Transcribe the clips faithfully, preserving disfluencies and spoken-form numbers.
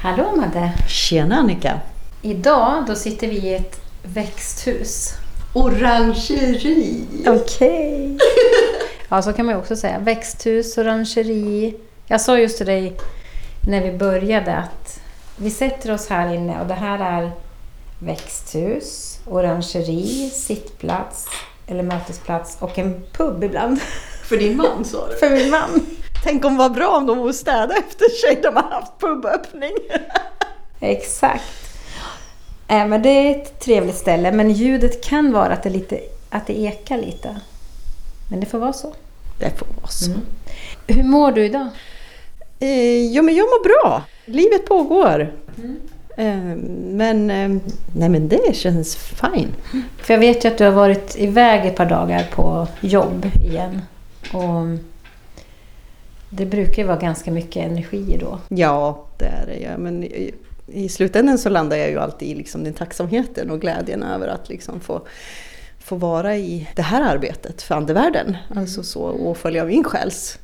Hallå Madde. Tjena Annika. Idag då sitter vi i ett växthus. Orangeri. Okej. Okay. Ja, så kan man ju också säga. Växthus, orangeri. Jag sa just till dig när vi började att vi sätter oss här inne och det här är växthus, orangeri, sittplats eller mötesplats och en pub ibland. För din man, sa du? För min man. Tänk om vad bra om de var städa efter sig. De har haft puböppning. Exakt. Äh, men det är ett trevligt ställe. Men ljudet kan vara att det, lite, att det ekar lite. Men det får vara så. Det får vara så. Mm. Hur mår du idag? Eh, jo, men jag mår bra. Livet pågår. Mm. Eh, men, eh, nej, men det känns fine. Mm. För jag vet ju att du har varit iväg ett par dagar på jobb igen. Och det brukar ju vara ganska mycket energi då. Ja, det är det. Ja. Men i, i slutändan så landar jag ju alltid i liksom den tacksamheten och glädjen över att liksom få, få vara i det här arbetet för andevärlden. Mm. Alltså så, och följa min själs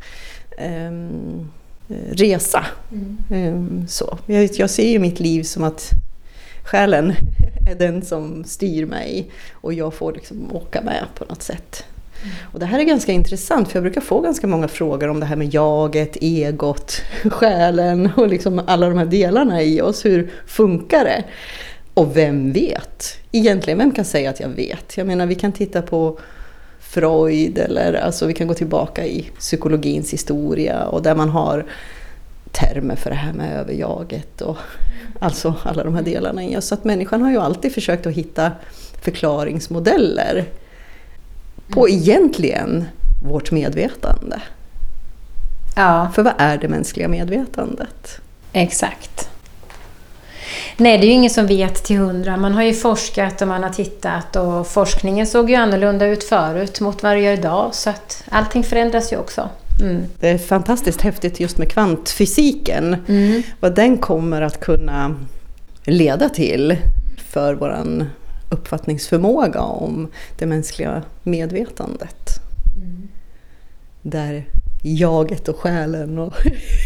um, resa. Mm. Um, så. Jag, jag ser ju mitt liv som att själen är den som styr mig och jag får liksom åka med på något sätt. Mm. Och det här är ganska intressant för jag brukar få ganska många frågor om det här med jaget, egot, själen och liksom alla de här delarna i oss. Hur funkar det? Och vem vet? Egentligen, vem kan säga att jag vet? Jag menar, vi kan titta på Freud eller alltså vi kan gå tillbaka i psykologins historia och där man har termer för det här med överjaget och alltså alla de här delarna i oss. Så att människan har ju alltid försökt att hitta förklaringsmodeller på egentligen vårt medvetande. Ja. För vad är det mänskliga medvetandet? Exakt. Nej, det är ju ingen som vet till hundra. Man har ju forskat och man har tittat och forskningen såg ju annorlunda ut förut mot vad det gör idag. Så att allting förändras ju också. Mm. Det är fantastiskt häftigt just med kvantfysiken. Mm. Vad den kommer att kunna leda till för våran uppfattningsförmåga om det mänskliga medvetandet. Mm. Där jaget och själen och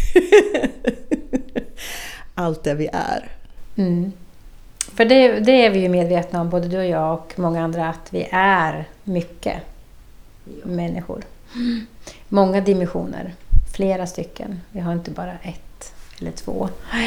allt det vi är. Mm. För det, det är vi ju medvetna om, både du och jag och många andra, att vi är mycket ja. människor. Mm. Många dimensioner, flera stycken. Vi har inte bara ett eller två.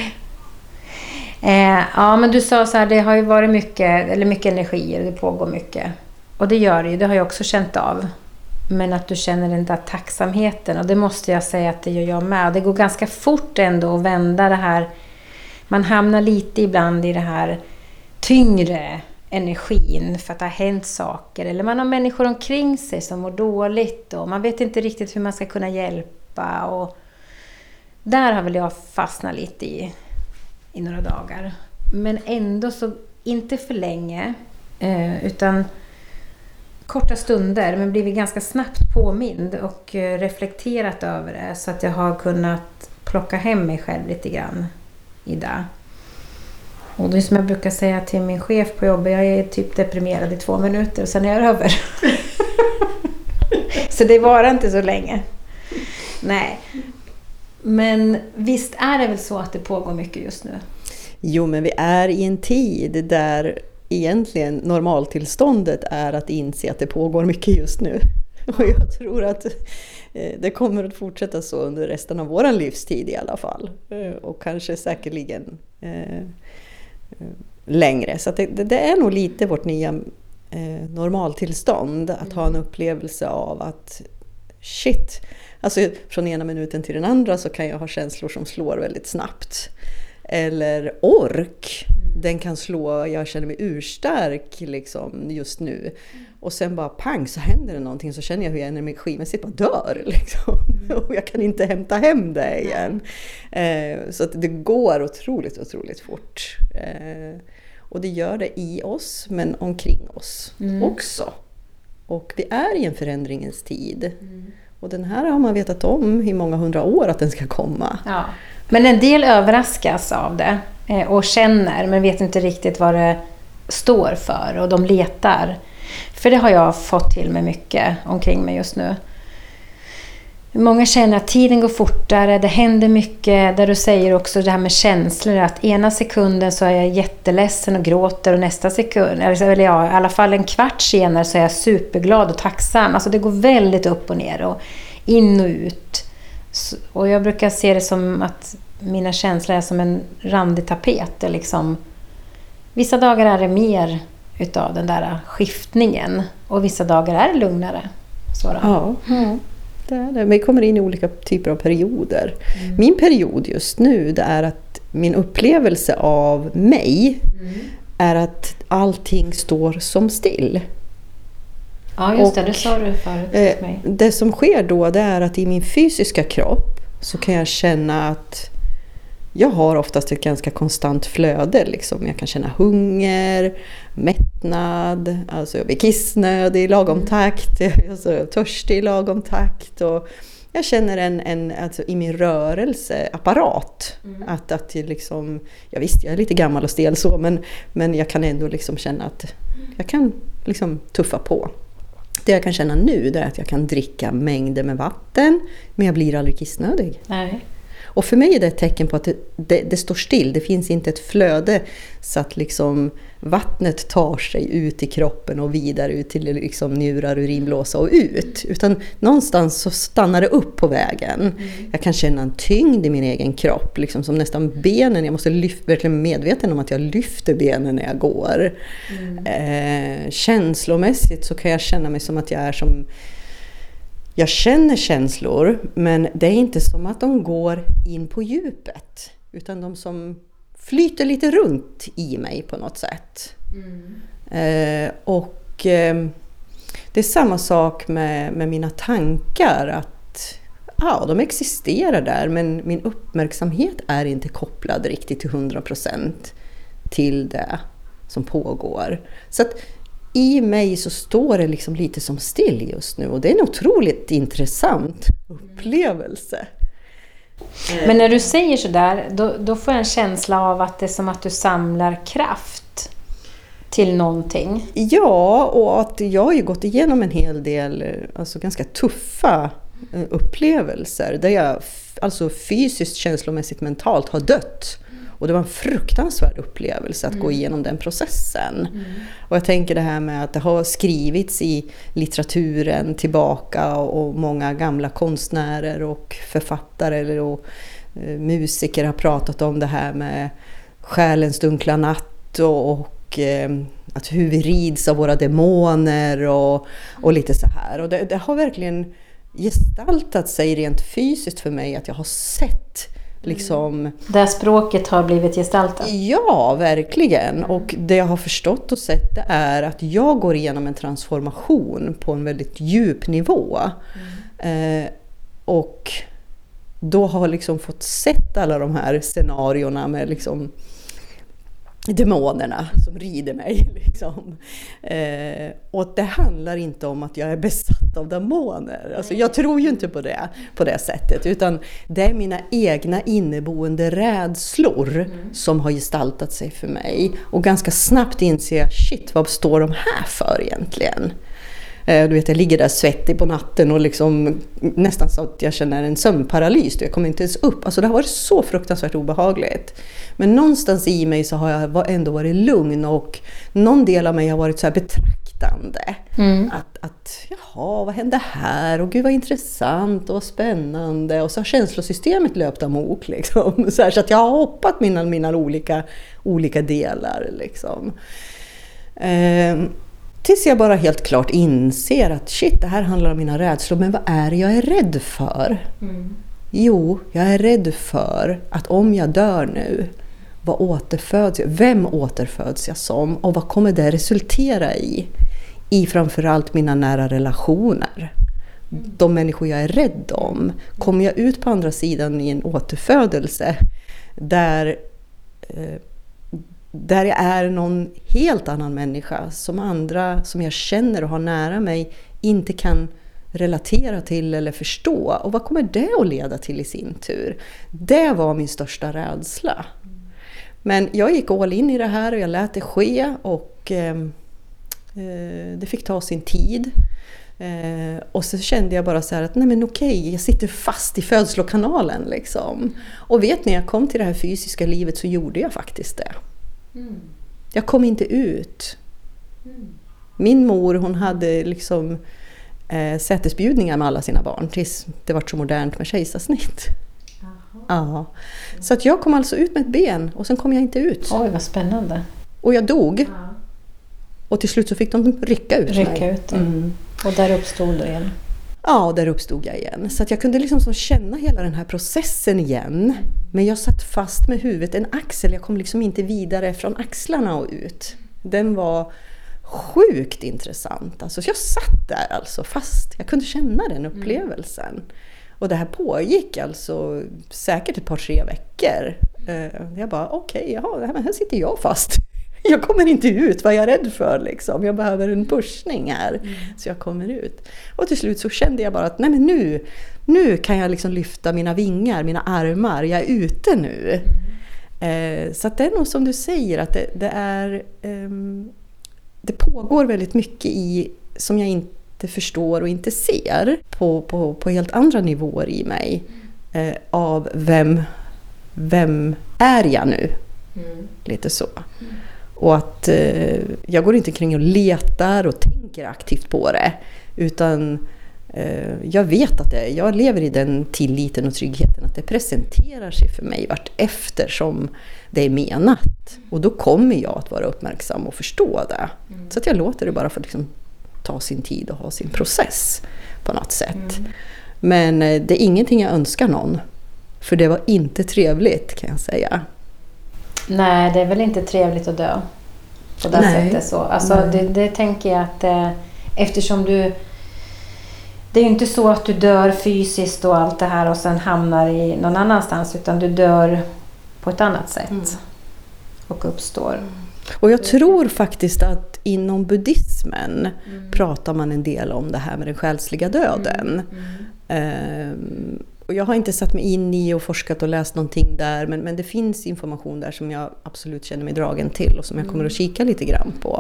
Eh, ja, men du sa så här, det har ju varit mycket, eller mycket energier, det pågår mycket. Och det gör det ju, det har jag också känt av. Men att du känner den där tacksamheten, och det måste jag säga att det gör jag med. Det går ganska fort ändå att vända det här. Man hamnar lite ibland i det här tyngre energin för att det har hänt saker. Eller man har människor omkring sig som mår dåligt och man vet inte riktigt hur man ska kunna hjälpa. Och där har väl jag fastnat lite i. i några dagar. Men ändå så inte för länge eh, utan korta stunder, men blivit ganska snabbt påmind och eh, reflekterat över det så att jag har kunnat plocka hem mig själv lite grann i det. Och det är som jag brukar säga till min chef på jobbet, jag är typ deprimerad i två minuter och sen är jag över. Så det var inte så länge. Nej. Men visst är det väl så att det pågår mycket just nu? Jo, men vi är i en tid där egentligen normaltillståndet är att inse att det pågår mycket just nu. Och jag tror att det kommer att fortsätta så under resten av vår livstid i alla fall. Och kanske säkerligen eh, längre. Så att det, det är nog lite vårt nya eh, normaltillstånd att ha en upplevelse av att shit, alltså från ena minuten till den andra så kan jag ha känslor som slår väldigt snabbt. Eller ork, den kan slå, jag känner mig urstark liksom just nu. Och sen bara pang så händer det någonting, så känner jag hur jag energimässigt bara dör liksom. Och jag kan inte hämta hem det igen. Eh, så att det går otroligt, otroligt fort. Eh, och det gör det i oss men omkring oss mm. också. Och vi är i en förändringens tid. Mm. Och den här har man vetat om i många hundra år att den ska komma. Ja. Men en del överraskas av det och känner men vet inte riktigt vad det står för. Och de letar. För det har jag fått till mig mycket omkring mig just nu. Många känner att tiden går fortare, det händer mycket. Där du säger också det här med känslor. Att ena sekunden så är jag jätteledsen och gråter. Och nästa sekund, eller ja, i alla fall en kvart senare så är jag superglad och tacksam. Alltså det går väldigt upp och ner och in och ut. Och jag brukar se det som att mina känslor är som en randig tapet. Det liksom, vissa dagar är det mer utav den där skiftningen. Och vissa dagar är det lugnare. Sådan. Ja. Mm. Det är det. Vi kommer in i olika typer av perioder. Mm. Min period just nu, det är att min upplevelse av mig mm. är att allting står som still. Ja, just det. Och, det sa du förut till mig. Det som sker då, det är att i min fysiska kropp så kan jag känna att jag har oftast ett ganska konstant flöde. Liksom. Jag kan känna hunger, mättnad, alltså jag blir kissnödig i lagom takt, alltså jag är törstig i lagom takt. Och jag känner en, en, alltså i min rörelseapparat mm. att, att jag, liksom, jag visst jag är lite gammal och stel så, men, men jag kan ändå liksom känna att jag kan liksom tuffa på. Det jag kan känna nu det är att jag kan dricka mängder med vatten, men jag blir aldrig kissnödig. Nej. Och för mig är det ett tecken på att det, det, det står still. Det finns inte ett flöde så att liksom vattnet tar sig ut i kroppen och vidare ut till liksom njurar, urinblåsa och ut. Utan någonstans så stannar det upp på vägen. Mm. Jag kan känna en tyngd i min egen kropp. Liksom som nästan benen. Jag måste lyfta, verkligen medveten om att jag lyfter benen när jag går. Mm. Eh, känslomässigt så kan jag känna mig som att jag är som... Jag känner känslor, men det är inte som att de går in på djupet. Utan de som flyter lite runt i mig på något sätt. Mm. Eh, och eh, det är samma sak med, med mina tankar. Att ja, de existerar där, men min uppmärksamhet är inte kopplad riktigt till hundra procent till det som pågår. Så att i mig så står det liksom lite som still just nu. Och det är en otroligt intressant upplevelse. Men när du säger sådär, då, då får jag en känsla av att det är som att du samlar kraft till någonting. Ja, och att jag har ju gått igenom en hel del alltså ganska tuffa upplevelser. Där jag alltså fysiskt, känslomässigt, mentalt har dött. Och det var en fruktansvärd upplevelse att mm. gå igenom den processen. Mm. Och jag tänker det här med att det har skrivits i litteraturen tillbaka och många gamla konstnärer och författare och eh, musiker har pratat om det här med själens dunkla natt och, och eh, att hur vi rids av våra demoner och, och lite så här. Och det, det har verkligen gestaltat sig rent fysiskt för mig att jag har sett liksom... Där språket har blivit gestaltat. Ja, verkligen. Och det jag har förstått och sett det är att jag går igenom en transformation på en väldigt djup nivå. Mm. Eh, och då har jag liksom fått sett alla de här scenarierna med liksom demonerna som rider mig. Liksom. Eh, och det handlar inte om att jag är besatt av demoner. Alltså, jag tror ju inte på det på det sättet. Utan det är mina egna inneboende rädslor mm. som har gestaltat sig för mig. Och ganska snabbt inser jag, shit, vad står de här för egentligen? Du vet, jag ligger där svettig på natten och liksom nästan så att jag känner en sömnparalys. Jag kommer inte ens upp. Alltså det har varit så fruktansvärt obehagligt. Men någonstans i mig så har jag ändå varit lugn och någon del av mig har varit så här betraktande. Mm. Att, att, jaha, vad hände här? Och gud vad intressant och vad spännande. Och så har känslosystemet löpt amok liksom. Så, här, så att jag har hoppat mina, mina olika, olika delar liksom. Ehm. Tills jag bara helt klart inser att shit, det här handlar om mina rädslor. Men vad är det jag är rädd för? Mm. Jo, jag är rädd för att om jag dör nu, vad återföds jag? Vem återföds jag som? Och vad kommer det resultera i? I framförallt mina nära relationer. De människor jag är rädd om. Kommer jag ut på andra sidan i en återfödelse där... Eh, där jag är någon helt annan människa som andra som jag känner och har nära mig inte kan relatera till eller förstå. Och vad kommer det att leda till i sin tur? Det var min största rädsla. Men jag gick all in i det här och jag lät det ske och eh, det fick ta sin tid. Eh, och så kände jag bara så här att nej men okej, jag sitter fast i födslokanalen liksom. Och vet ni, jag kom till det här fysiska livet så gjorde jag faktiskt det. Mm. Jag kom inte ut. Mm. Min mor, hon hade liksom eh, sätesbjudningar med alla sina barn tills det var så modernt med kejsarsnitt. Ja. Så att jag kom alltså ut med ett ben och sen kom jag inte ut. Oj, vad spännande. Och jag dog. Ja. Och till slut så fick de rycka ut rycka mig. Ut mm. Och där uppstod du igen. Ja, och där uppstod jag igen. Så att jag kunde liksom så känna hela den här processen igen. Men jag satt fast med huvudet. En axel, jag kom liksom inte vidare från axlarna och ut. Den var sjukt intressant. Alltså, så jag satt där alltså fast. Jag kunde känna den upplevelsen. Mm. Och det här pågick alltså säkert ett par, tre veckor. Jag bara, okej, okay, här sitter jag fast. Jag kommer inte ut, vad jag är rädd för liksom. Jag behöver en pushning här mm. så jag kommer ut. Och till slut så kände jag bara att nej men nu, nu kan jag liksom lyfta mina vingar, mina armar. Jag är ute nu. Mm. Eh, så att det är nog som du säger att det, det är eh, det pågår väldigt mycket i som jag inte förstår och inte ser på, på, på helt andra nivåer i mig. Eh, av vem, vem är jag nu? Mm. Lite så. Mm. Och att eh, jag går inte kring och letar och tänker aktivt på det. Utan eh, jag vet att det, jag lever i den tilliten och tryggheten att det presenterar sig för mig vart efter som det är menat. Och då kommer jag att vara uppmärksam och förstå det. Mm. Så att jag låter det bara få liksom ta sin tid och ha sin process på något sätt. Mm. Men eh, det är ingenting jag önskar någon. För det var inte trevligt kan jag säga. Nej, det är väl inte trevligt att dö på det Nej. sättet så. Alltså det, det tänker jag att eh, eftersom du det är ju inte så att du dör fysiskt och allt det här och sen hamnar i någon annanstans utan du dör på ett annat sätt mm. och uppstår. Mm. Och jag tror faktiskt att inom buddhismen mm. pratar man en del om det här med den själsliga döden. Mm. Mm. Um, Och jag har inte satt mig in i och forskat och läst någonting där. Men, men det finns information där som jag absolut känner mig dragen till. Och som jag kommer att kika lite grann på.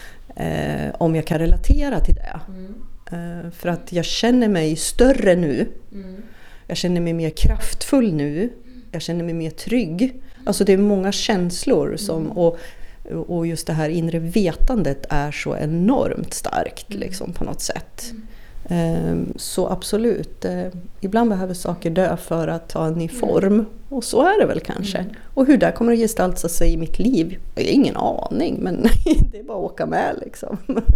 Eh, om jag kan relatera till det. Mm. Eh, för att jag känner mig större nu. Mm. Jag känner mig mer kraftfull nu. Jag känner mig mer trygg. Alltså det är många känslor. Som, mm. och, och just det här inre vetandet är så enormt starkt mm. liksom, på något sätt. Mm. Så absolut, ibland behöver saker dö för att ta en ny form. Och så är det väl kanske. Mm. Och hur det kommer att gestalta sig i mitt liv, jag har ingen aning. Men det är bara att åka med liksom.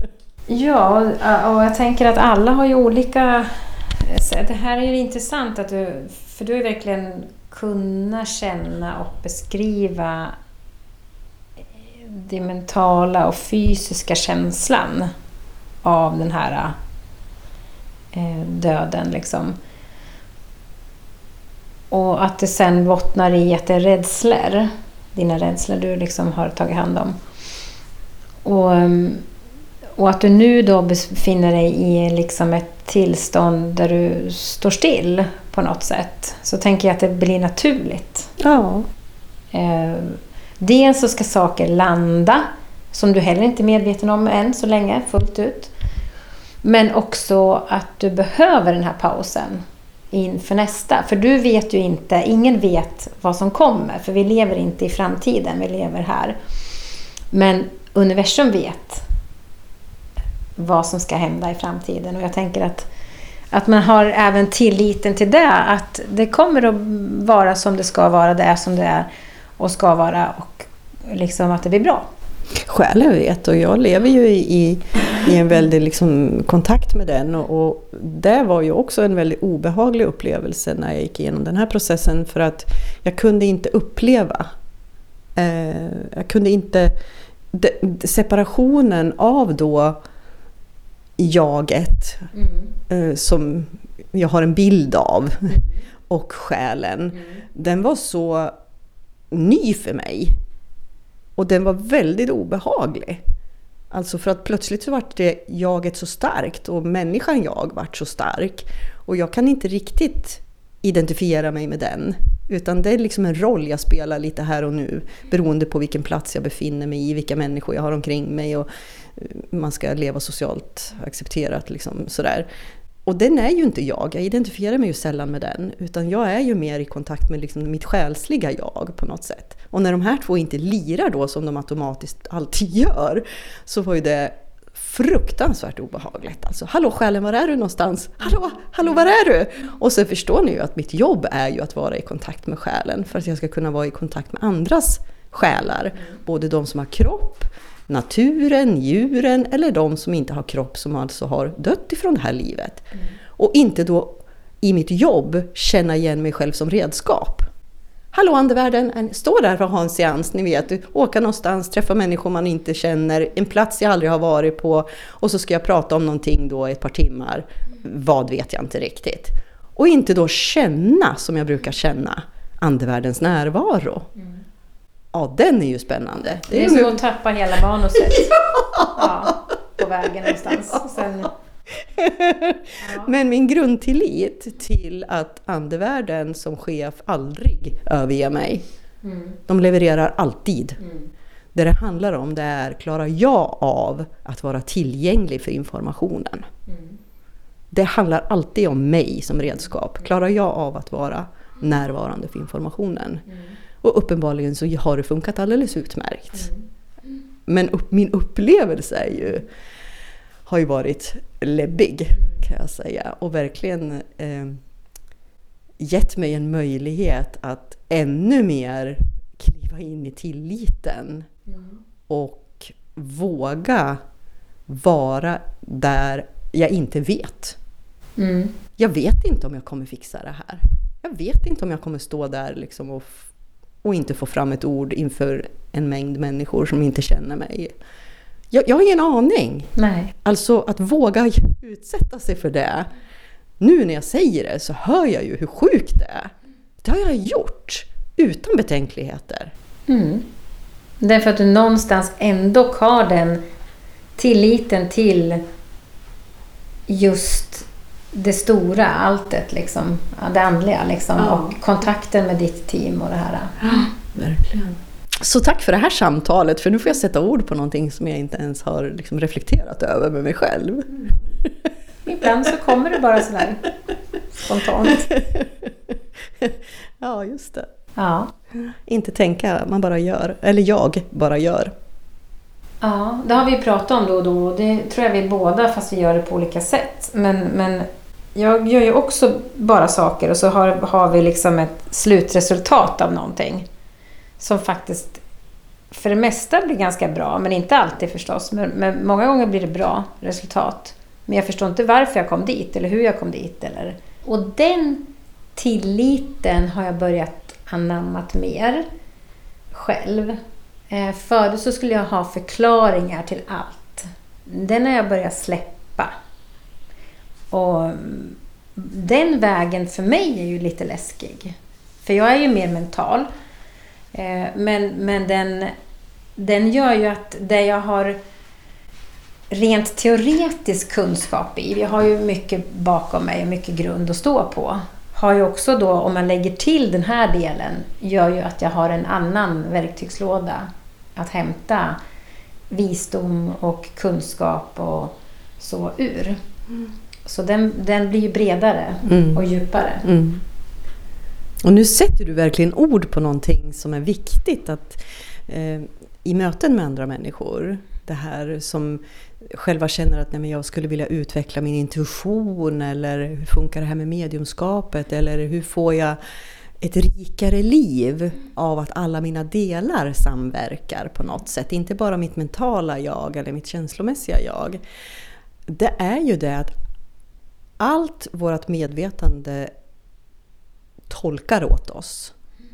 Ja, och jag tänker att alla har ju olika... Det här är ju intressant att du... För du har ju verkligen kunnat känna och beskriva den mentala och fysiska känslan av den här döden liksom. Och att det sen bottnar i att det är rädslor, dina rädslor du liksom har tagit hand om. Och, och att du nu då befinner dig i liksom ett tillstånd där du står still på något sätt. Så tänker jag att det blir naturligt. Ja. Eh, dels så ska saker landa som du heller inte är medveten om än så länge fullt ut. Men också att du behöver den här pausen inför nästa. För du vet ju inte, ingen vet vad som kommer. För vi lever inte i framtiden, vi lever här. Men universum vet vad som ska hända i framtiden. Och jag tänker att, att man har även tilliten till det. Att det kommer att vara som det ska vara, det är som det är och ska vara. Och liksom att det blir bra. Själv vet och jag lever ju i, i en väldigt liksom kontakt med den och, och det var ju också en väldigt obehaglig upplevelse när jag gick igenom den här processen för att jag kunde inte uppleva eh, jag kunde inte de, separationen av då jaget mm. eh, som jag har en bild av mm. och själen mm. den var så ny för mig. Och den var väldigt obehaglig. Alltså för att plötsligt så vart det jaget så starkt och människan jag vart så stark. Och jag kan inte riktigt identifiera mig med den. Utan det är liksom en roll jag spelar lite här och nu. Beroende på vilken plats jag befinner mig i, vilka människor jag har omkring mig. Och man ska leva socialt accepterat. Liksom, sådär. Och den är ju inte jag. Jag identifierar mig ju sällan med den. Utan jag är ju mer i kontakt med liksom mitt själsliga jag på något sätt. Och när de här två inte lirar då som de automatiskt alltid gör. Så var ju det fruktansvärt obehagligt. Alltså, hallå själen, var är du någonstans? Hallå, hallå, var är du? Och så förstår ni ju att mitt jobb är ju att vara i kontakt med själen. För att jag ska kunna vara i kontakt med andras själar. Mm. Både de som har kropp, naturen, djuren eller de som inte har kropp som alltså har dött ifrån det här livet. Mm. Och inte då i mitt jobb känna igen mig själv som redskap. Hallå andevärlden, stå där för att ha en seans, ni vet, åka någonstans, träffa människor man inte känner, en plats jag aldrig har varit på och så ska jag prata om någonting då i ett par timmar. Vad vet jag inte riktigt. Och inte då känna som jag brukar känna andevärldens närvaro. Mm. Ja, den är ju spännande. Det är, det är som att tappa hela manuset. Ja, på vägen någonstans. Och sen... Ja. Men min grundtillit till att andevärlden som chef aldrig överger mig. Mm. De levererar alltid. Mm. Det det handlar om det är, klarar jag av att vara tillgänglig för informationen? Mm. Det handlar alltid om mig som redskap. Klarar jag av att vara närvarande för informationen? Mm. Och uppenbarligen så har det funkat alldeles utmärkt. Mm. Men upp, min upplevelse är ju, har ju varit läbbig kan jag säga. Och verkligen eh, gett mig en möjlighet att ännu mer kliva in i tilliten. Mm. Och våga vara där jag inte vet. Mm. Jag vet inte om jag kommer fixa det här. Jag vet inte om jag kommer stå där liksom och, och inte få fram ett ord inför en mängd människor som inte känner mig. Jag, jag har ingen aning. Nej. Alltså att våga utsätta sig för det. Nu när jag säger det så hör jag ju hur sjukt det är. Det har jag gjort utan betänkligheter. Mm. Därför att du någonstans ändå har den tilliten till just det stora, alltet liksom, det andliga liksom, ja. Och kontakten med ditt team och det här. Ja, verkligen. Så tack för det här samtalet, för nu får jag sätta ord på någonting som jag inte ens har liksom reflekterat över med mig själv. Mm. Ibland så kommer det bara sådär spontant. Ja, just det. Ja. Inte tänka, man bara gör. Eller jag bara gör. Ja, det har vi pratat om då och då. Det tror jag vi båda, fast vi gör det på olika sätt. Men, men jag gör ju också bara saker och så har, har vi liksom ett slutresultat av någonting. Som faktiskt för det mesta blir ganska bra, men inte alltid förstås. Men, men många gånger blir det bra resultat. Men jag förstår inte varför jag kom dit eller hur jag kom dit. Eller. Och den tilliten har jag börjat anammat mer själv. Eh, förut så skulle jag ha förklaringar till allt. Den har jag börjat släppa. Och den vägen för mig är ju lite läskig. För jag är ju mer mental. Eh, men men den, den gör ju att det jag har rent teoretisk kunskap i, jag har ju mycket bakom mig och mycket grund att stå på, har ju också då, om man lägger till den här delen, gör ju att jag har en annan verktygslåda att hämta visdom och kunskap och så ur. Mm. Så den, den blir ju bredare mm. och djupare. Mm. Och nu sätter du verkligen ord på någonting som är viktigt att eh, i möten med andra människor. Det här som själva känner att nej, men jag skulle vilja utveckla min intuition, eller hur funkar det här med mediumskapet, eller hur får jag ett rikare liv av att alla mina delar samverkar på något sätt. Inte bara mitt mentala jag eller mitt känslomässiga jag. Det är ju det att allt vårt medvetande tolkar åt oss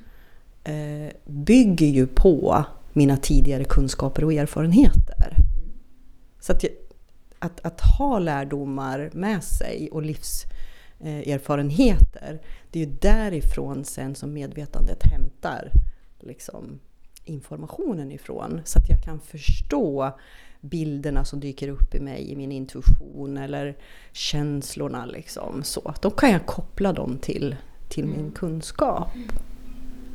eh, bygger ju på mina tidigare kunskaper och erfarenheter. Så att, att, att ha lärdomar med sig och livserfarenheter, det är ju därifrån sen som medvetandet hämtar liksom, informationen ifrån. Så att jag kan förstå bilderna som dyker upp i mig, i min intuition eller känslorna. Liksom, så. Då kan jag koppla dem till, till min kunskap.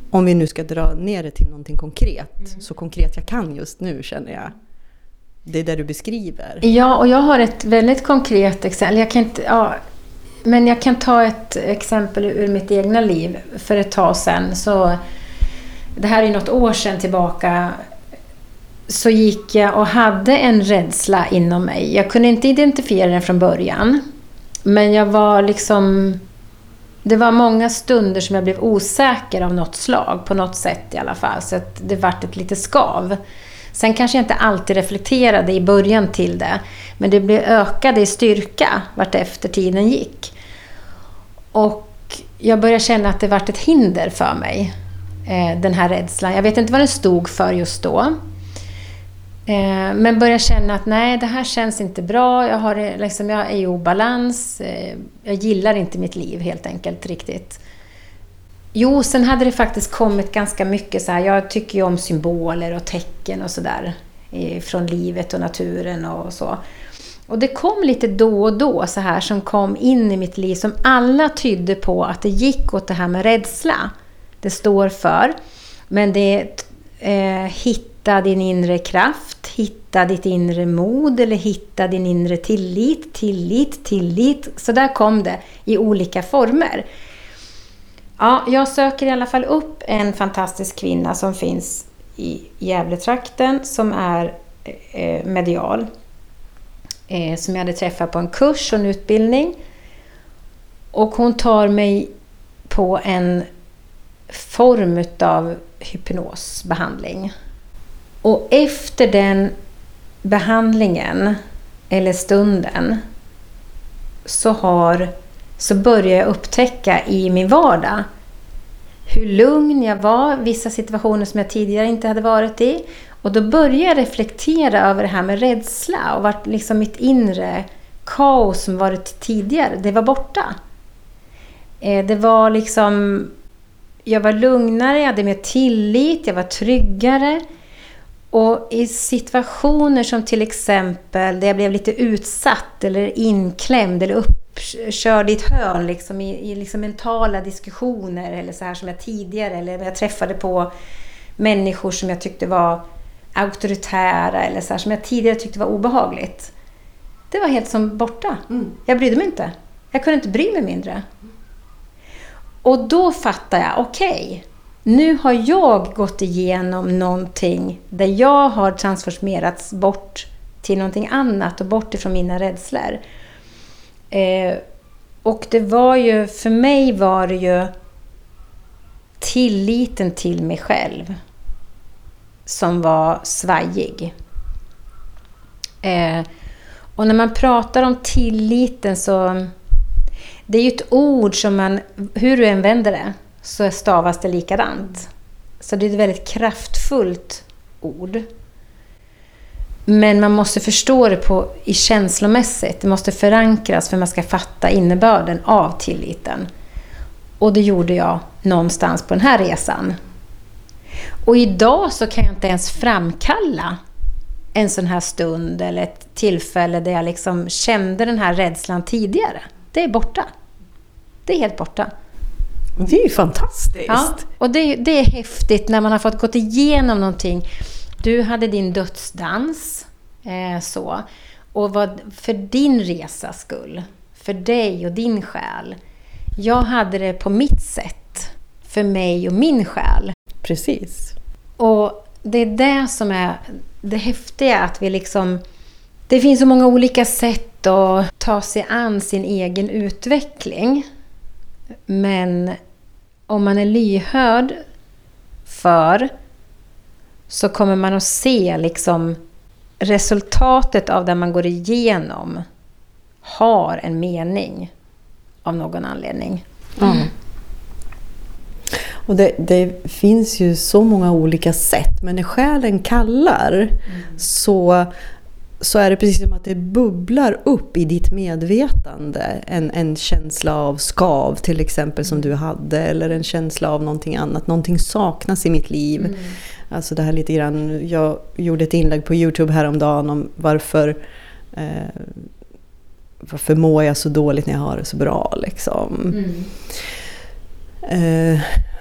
Om vi nu ska dra ner det till någonting konkret, mm. så konkret jag kan just nu känner jag. Det är det du beskriver. Ja, och jag har ett väldigt konkret exempel. Jag kan inte, ja, men jag kan ta ett exempel ur mitt egna liv för ett tag sedan. Så, det här är något år sedan tillbaka. Så gick jag och hade en rädsla inom mig. Jag kunde inte identifiera den från början. Men jag var liksom... Det var många stunder som jag blev osäker av något slag. På något sätt i alla fall. Så att det vart ett lite skav. Sen kanske jag inte alltid reflekterade i början till det. Men det blev ökade i styrka vart efter tiden gick. Och jag började känna att det vart ett hinder för mig. Eh, den här rädslan. Jag vet inte vad den stod för just då. Eh, men började känna att nej, det här känns inte bra. Jag, har, liksom, jag är i obalans. Eh, jag gillar inte mitt liv helt enkelt riktigt. Jo, sen hade det faktiskt kommit ganska mycket så här. Jag tycker ju om symboler och tecken och sådär. Från livet och naturen och så. Och det kom lite då och då så här som kom in i mitt liv. Som alla tydde på att det gick åt det här med rädsla. Det står för. Men det är eh, hitta din inre kraft. Hitta ditt inre mod. Eller hitta din inre tillit. Tillit, tillit. Så där kom det i olika former. Ja, jag söker i alla fall upp en fantastisk kvinna som finns i Gävletrakten som är eh, medial. Eh, som jag hade träffat på en kurs och en utbildning. Och hon tar mig på en form av hypnosbehandling. Och efter den behandlingen eller stunden så har... så började jag upptäcka i min vardag hur lugn jag var. Vissa situationer som jag tidigare inte hade varit i. Och då började jag reflektera över det här med rädsla. Och vart liksom mitt inre kaos som varit tidigare, det var borta. Eh, det var liksom... Jag var lugnare, jag hade mer tillit, jag var tryggare. Och i situationer som till exempel där jag blev lite utsatt eller inklämd eller uppkörd i ett hörn liksom, i, i liksom mentala diskussioner eller så här som jag tidigare, eller jag träffade på människor som jag tyckte var auktoritära eller så här, som jag tidigare tyckte var obehagligt. Det var helt som borta. Mm. Jag brydde mig inte. Jag kunde inte bry mig mindre. Och då fattade jag, okej, okay, nu har jag gått igenom någonting där jag har transformerats bort till någonting annat och bort ifrån mina rädslor. Eh, och det var ju, för mig var det ju tilliten till mig själv som var svajig. Eh, och när man pratar om tilliten så... Det är ju ett ord som man, hur du än vänder det, så stavas det likadant. Så det är ett väldigt kraftfullt ord. Men man måste förstå det på, i känslomässigt. Det måste förankras för man ska fatta innebörden av tilliten. Och det gjorde jag någonstans på den här resan. Och idag så kan jag inte ens framkalla en sån här stund eller ett tillfälle där jag liksom kände den här rädslan tidigare. Det är borta. Det är helt borta. Det är ju fantastiskt. Ja, och det, det är häftigt när man har fått gått igenom någonting. Du hade din dödsdans. Eh, så. Och vad, för din resas skull. För dig och din själ. Jag hade det på mitt sätt. För mig och min själ. Precis. Och det är det som är det häftiga. Att vi liksom... Det finns så många olika sätt att ta sig an sin egen utveckling. Men om man är lyhörd för, så kommer man att se liksom resultatet av det man går igenom har en mening av någon anledning. Mm. Och det, det finns ju så många olika sätt, men när själen kallar mm. så... så är det precis som att det bubblar upp i ditt medvetande. En, en känsla av skav till exempel som du hade. Eller en känsla av någonting annat. Någonting saknas i mitt liv. Mm. Alltså det här lite grann. Jag gjorde ett inlägg på YouTube häromdagen om varför, eh, varför mår jag så dåligt när jag har det så bra. Liksom. Mm. Eh,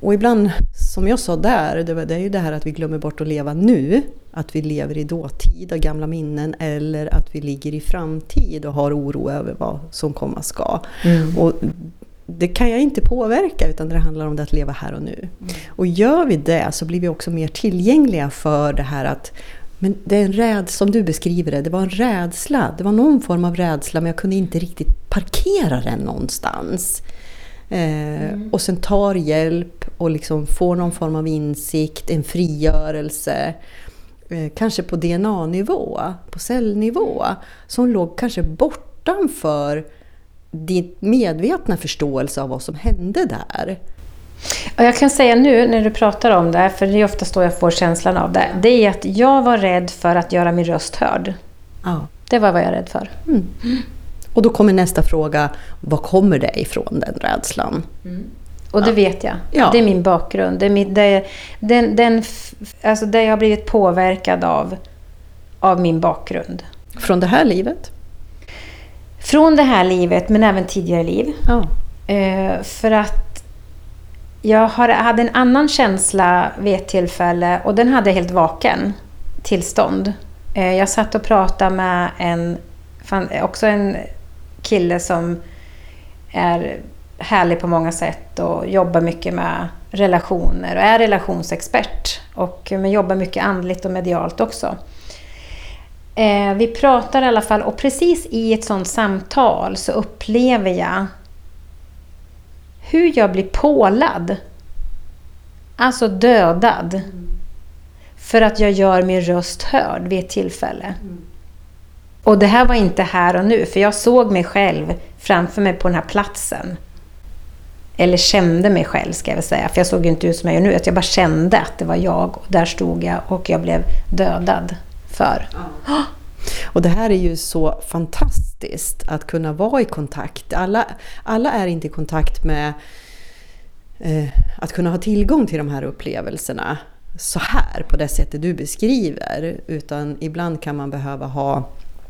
Och ibland, som jag sa där, det, var, det är ju det här att vi glömmer bort att leva nu. Att vi lever i dåtid och gamla minnen, eller att vi ligger i framtid och har oro över vad som komma ska. Mm. Och det kan jag inte påverka, utan det handlar om det att leva här och nu. Mm. Och gör vi det så blir vi också mer tillgängliga för det här att, men det är en rädsla, som du beskriver det, det var en rädsla. Det var någon form av rädsla, men jag kunde inte riktigt parkera den någonstans. Eh, mm. Och sen tar hjälp och liksom får någon form av insikt, en frigörelse. Eh, kanske på D N A-nivå, på cellnivå. Som låg kanske bortanför din medvetna förståelse av vad som hände där. Och jag kan säga nu när du pratar om det, för det är ofta då jag får känslan av det, det är att jag var rädd för att göra min röst hörd. Ja. Det var vad jag var rädd för. Mm. Och då kommer nästa fråga, vad kommer det ifrån, den rädslan? Mm. Och det ja. vet jag. Ja. Det är min bakgrund. Det är min, det, den, den, alltså det jag har blivit påverkad av, av min bakgrund. Från det här livet? Från det här livet, men även tidigare liv. Ja. Eh, för att jag har, hade en annan känsla vid ett tillfälle, och den hade helt vaken tillstånd. Eh, jag satt och pratade med en, fan, också en kille som är härlig på många sätt och jobbar mycket med relationer och är relationsexpert, och men jobbar mycket andligt och medialt också. Eh, vi pratar i alla fall, och precis i ett sånt samtal så upplever jag hur jag blir pålad, alltså dödad, mm. för att jag gör min röst hörd vid ett tillfälle. Mm. Och det här var inte här och nu, för jag såg mig själv framför mig på den här platsen. Eller kände mig själv, ska jag väl säga, för jag såg inte ut som jag gör nu, att jag bara kände att det var jag, och där stod jag och jag blev dödad för. Ja. Oh! Och det här är ju så fantastiskt att kunna vara i kontakt. Alla, alla är inte i kontakt med eh, att kunna ha tillgång till de här upplevelserna så här, på det sättet du beskriver. Utan ibland kan man behöva ha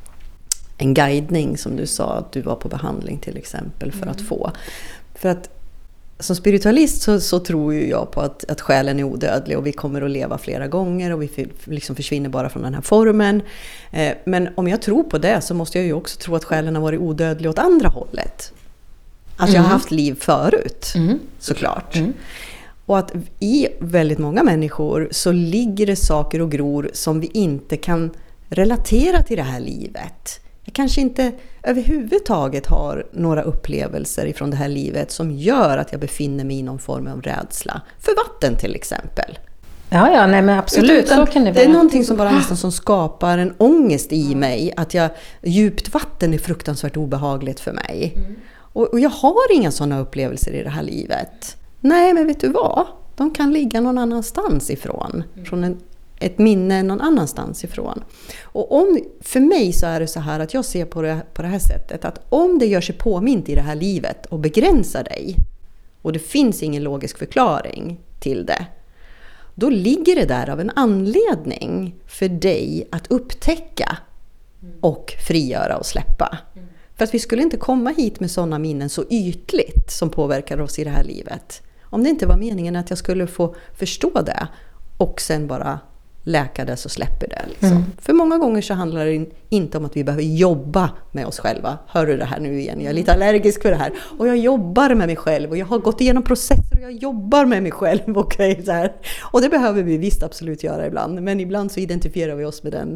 en guidning, som du sa att du var på behandling till exempel, för mm. att få. För att som spiritualist så, så tror ju jag på att, att själen är odödlig och vi kommer att leva flera gånger och vi för, liksom försvinner bara från den här formen. Eh, men om jag tror på det så måste jag ju också tro att själen har varit odödlig åt andra hållet. Att mm. jag har haft liv förut, mm. såklart. Mm. Och att i väldigt många människor så ligger det saker och gror som vi inte kan relatera till det här livet. Jag kanske inte överhuvudtaget har några upplevelser ifrån det här livet som gör att jag befinner mig i någon form av rädsla. För vatten till exempel. Ja, ja, nej men absolut. Utan, så kan det vara. Det är någonting som bara nästan som skapar en ångest i mig. Att jag, djupt vatten är fruktansvärt obehagligt för mig. Mm. Och, och jag har inga sådana upplevelser i det här livet. Nej, men vet du vad? De kan ligga någon annanstans ifrån. Mm. Från en ett minne någon annanstans ifrån. Och om, för mig så är det så här att jag ser på det, på det här sättet, att om det gör sig påmint i det här livet och begränsar dig, och det finns ingen logisk förklaring till det, då ligger det där av en anledning för dig att upptäcka och frigöra och släppa. Mm. För att vi skulle inte komma hit med sådana minnen så ytligt som påverkar oss i det här livet. Om det inte var meningen att jag skulle få förstå det och sen bara läka det, så släpper det. Liksom. Mm. För många gånger så handlar det inte om att vi behöver jobba med oss själva. Hör du det här nu igen? Jag är lite allergisk för det här. Och jag jobbar med mig själv. Och jag har gått igenom processer och jag jobbar med mig själv. Okay, så här. Och det behöver vi visst absolut göra ibland. Men ibland så identifierar vi oss med den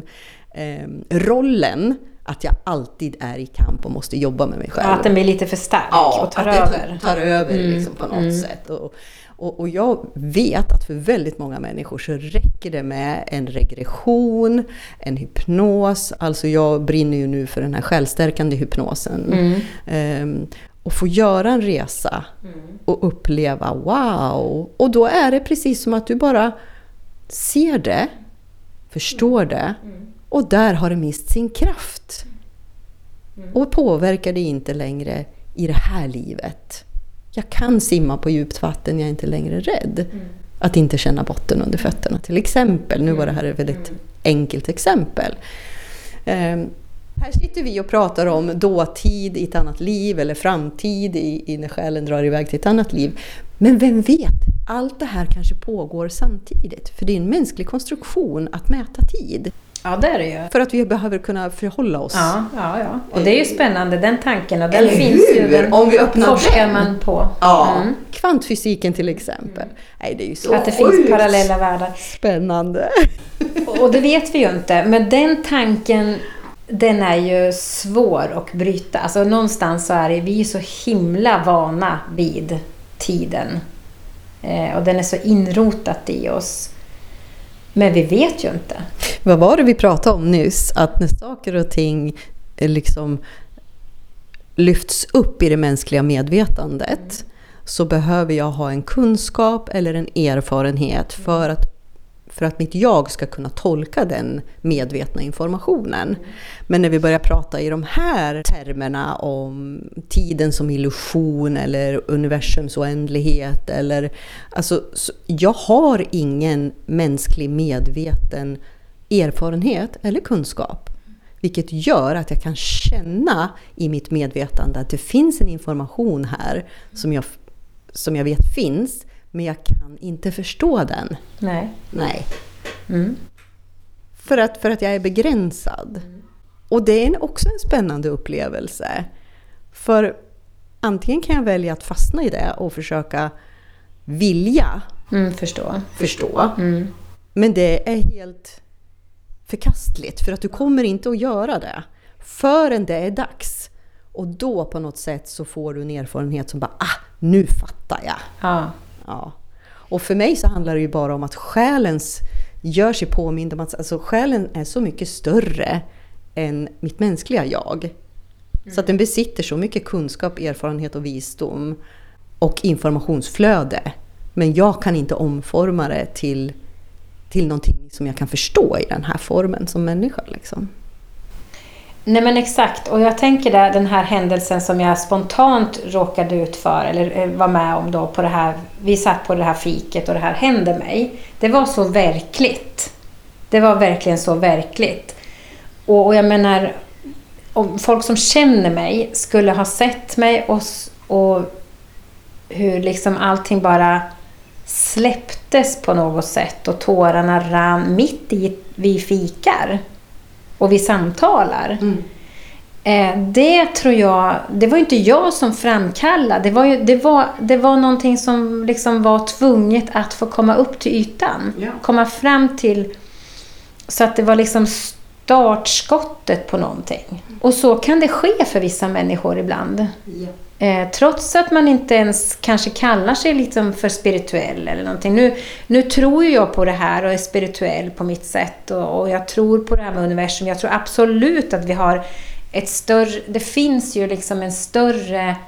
eh, rollen att jag alltid är i kamp och måste jobba med mig själv. Ja, att den blir lite för stark ja, och tar att över. tar över mm. liksom, på något mm. sätt. Och, Och, och jag vet att för väldigt många människor så räcker det med en regression, en hypnos. Alltså jag brinner ju nu för den här självstärkande hypnosen. Mm. Um, och få göra en resa mm. och uppleva wow. Och då är det precis som att du bara ser det, förstår det mm. och där har det mist sin kraft. Mm. Och påverkar det inte längre i det här livet. Jag kan simma på djupt vatten, jag är inte längre rädd. Mm. Att inte känna botten under fötterna till exempel. Nu var det här ett väldigt mm. enkelt exempel. Um, Här sitter vi och pratar om dåtid i ett annat liv eller framtid i, i när själen drar iväg till ett annat liv. Men vem vet, allt det här kanske pågår samtidigt. För det är en mänsklig konstruktion att mäta tid. Ja, det är det ju. För att vi behöver kunna förhålla oss. Ja, ja, ja. Och det är ju spännande, den tanken. Och den Eller finns hur? ju, den Om vi öppnar forskar den. man på. Ja, Mm. kvantfysiken till exempel. Mm. Nej, det är ju så att det sjukt finns parallella världar. Spännande. Och det vet vi ju inte. Men den tanken, den är ju svår att bryta. Alltså någonstans så är det, vi är så himla vana vid tiden. Eh, och den är så inrotat i oss. Men vi vet ju inte. Vad var det vi pratade om nyss? Att när saker och ting liksom lyfts upp i det mänskliga medvetandet mm. så behöver jag ha en kunskap eller en erfarenhet för att, för att mitt jag ska kunna tolka den medvetna informationen. Mm. Men när vi börjar prata i de här termerna om tiden som illusion eller universums oändlighet eller alltså, jag har ingen mänsklig medveten erfarenhet eller kunskap. Vilket gör att jag kan känna i mitt medvetande att det finns en information här som jag, som jag vet finns, men jag kan inte förstå den. Nej. Nej. Mm. För, att, för att jag är begränsad. Mm. Och det är också en spännande upplevelse. För antingen kan jag välja att fastna i det och försöka vilja mm, förstå. förstå. Mm. Men det är helt förkastligt för att du kommer inte att göra det förrän det är dags. Och då på något sätt så får du en erfarenhet som bara, ah, nu fattar jag. Ja. Ja. Och för mig så handlar det ju bara om att själens gör sig påmind om att alltså, själen är så mycket större än mitt mänskliga jag. Mm. Så att den besitter så mycket kunskap, erfarenhet och visdom och informationsflöde. Men jag kan inte omforma det till, till någonting som jag kan förstå i den här formen som människa. Liksom. Nej men exakt, och jag tänker där den här händelsen som jag spontant råkade ut för eller var med om då på det här, vi satt på det här fiket och det här hände mig. Det var så verkligt. Det var verkligen så verkligt. Och, och jag menar, om folk som känner mig skulle ha sett mig och, och hur liksom allting bara släpptes på något sätt och tårarna rann mitt i vi fikar. Och vi samtalar. Mm. Eh, det tror jag, det var ju inte jag som framkallade. Det var, ju, det var, det var någonting som liksom var tvunget att få komma upp till ytan. Ja. Komma fram till, så att det var liksom startskottet på någonting. Och så kan det ske för vissa människor ibland. Ja. Eh, trots att man inte ens kanske kallar sig liksom för spirituell eller någonting. Nu, nu tror jag på det här och är spirituell på mitt sätt. Och, och jag tror på det här med universum. Jag tror absolut att vi har ett större... Det finns ju liksom en större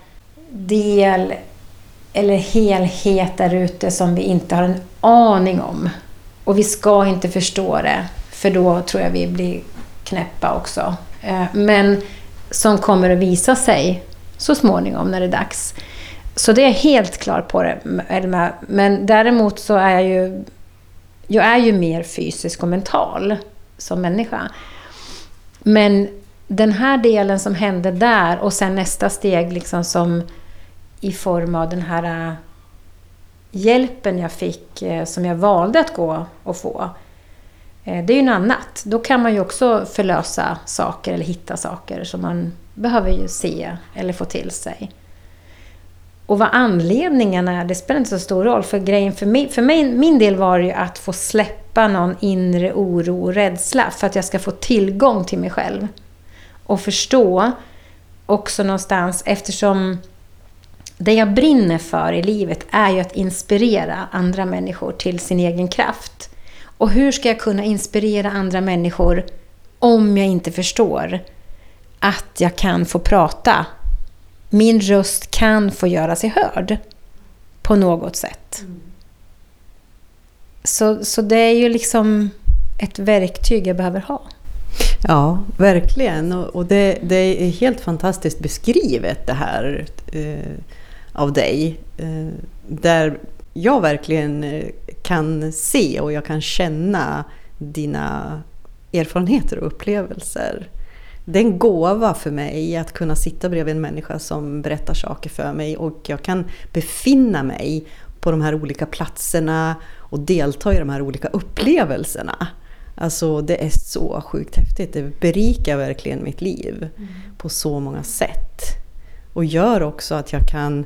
del eller helhet där ute som vi inte har en aning om. Och vi ska inte förstå det. För då tror jag vi blir knäppa också. Eh, men som kommer att visa sig så småningom när det är dags. Så det är helt klart på det. Men däremot så är jag ju jag är ju mer fysisk och mental som människa. Men den här delen som hände där och sen nästa steg liksom som i form av den här hjälpen jag fick som jag valde att gå och få. Det är ju en annat. Då kan man ju också förlösa saker eller hitta saker som man behöver ju se eller få till sig. Och vad anledningen är, det spelar inte så stor roll. För grejen för mig, för mig min del var ju att få släppa någon inre oro och rädsla för att jag ska få tillgång till mig själv. Och förstå också någonstans, eftersom det jag brinner för i livet är ju att inspirera andra människor till sin egen kraft. Och hur ska jag kunna inspirera andra människor om jag inte förstår att jag kan få prata? Min röst kan få göra sig hörd på något sätt. Mm. Så, så det är ju liksom ett verktyg jag behöver ha. Ja, verkligen. Och, och det, det är helt fantastiskt beskrivet det här eh, av dig. Eh, där jag verkligen kan se och jag kan känna dina erfarenheter och upplevelser. det är en gåva för mig att kunna sitta bredvid en människa som berättar saker för mig. Och jag kan befinna mig på de här olika platserna och delta i de här olika upplevelserna. Alltså det är så sjukt häftigt. Det berikar verkligen mitt liv mm. på så många sätt. Och gör också att jag kan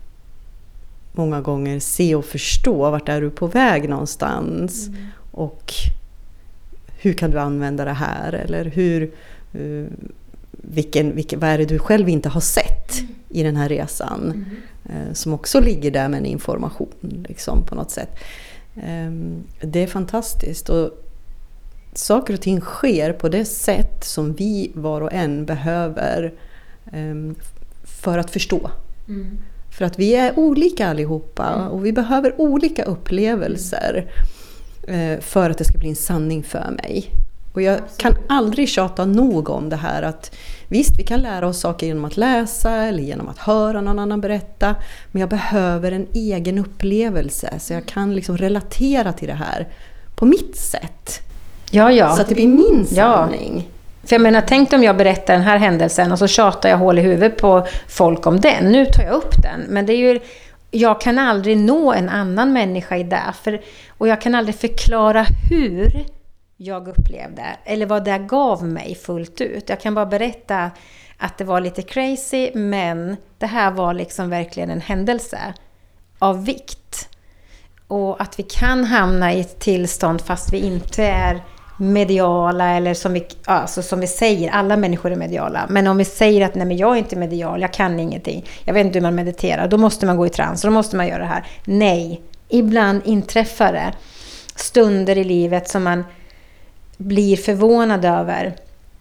många gånger se och förstå vart är du på väg någonstans. Mm. Och hur kan du använda det här? Eller hur, uh, vilken, vilken, vad är det du själv inte har sett mm. i den här resan? Mm. Uh, som också ligger där med en information liksom, på något sätt. Um, det är fantastiskt. Och saker och ting sker på det sätt som vi var och en behöver um, för att förstå. Mm. För att vi är olika allihopa mm. och vi behöver olika upplevelser mm. för att det ska bli en sanning för mig. Och jag kan aldrig tjata nog om det här att visst, vi kan lära oss saker genom att läsa eller genom att höra någon annan berätta, men jag behöver en egen upplevelse så jag kan liksom relatera till det här på mitt sätt. Ja, ja. Så att det blir min sanning. Ja. För jag menar, tänk om jag berättar den här händelsen och så tjatar jag hål i huvudet på folk om den. Nu tar jag upp den. Men det är ju, jag kan aldrig nå en annan människa i det. För, och jag kan aldrig förklara hur jag upplevde eller vad det gav mig fullt ut. Jag kan bara berätta att det var lite crazy, men det här var liksom verkligen en händelse av vikt. Och att vi kan hamna i ett tillstånd fast vi inte är mediala, eller som vi, alltså som vi säger, alla människor är mediala. Men om vi säger att nej, men jag är inte medial, jag kan ingenting, jag vet inte hur man mediterar, då måste man gå i trans, då måste man göra det här. Nej, ibland inträffar det stunder i livet som man blir förvånad över,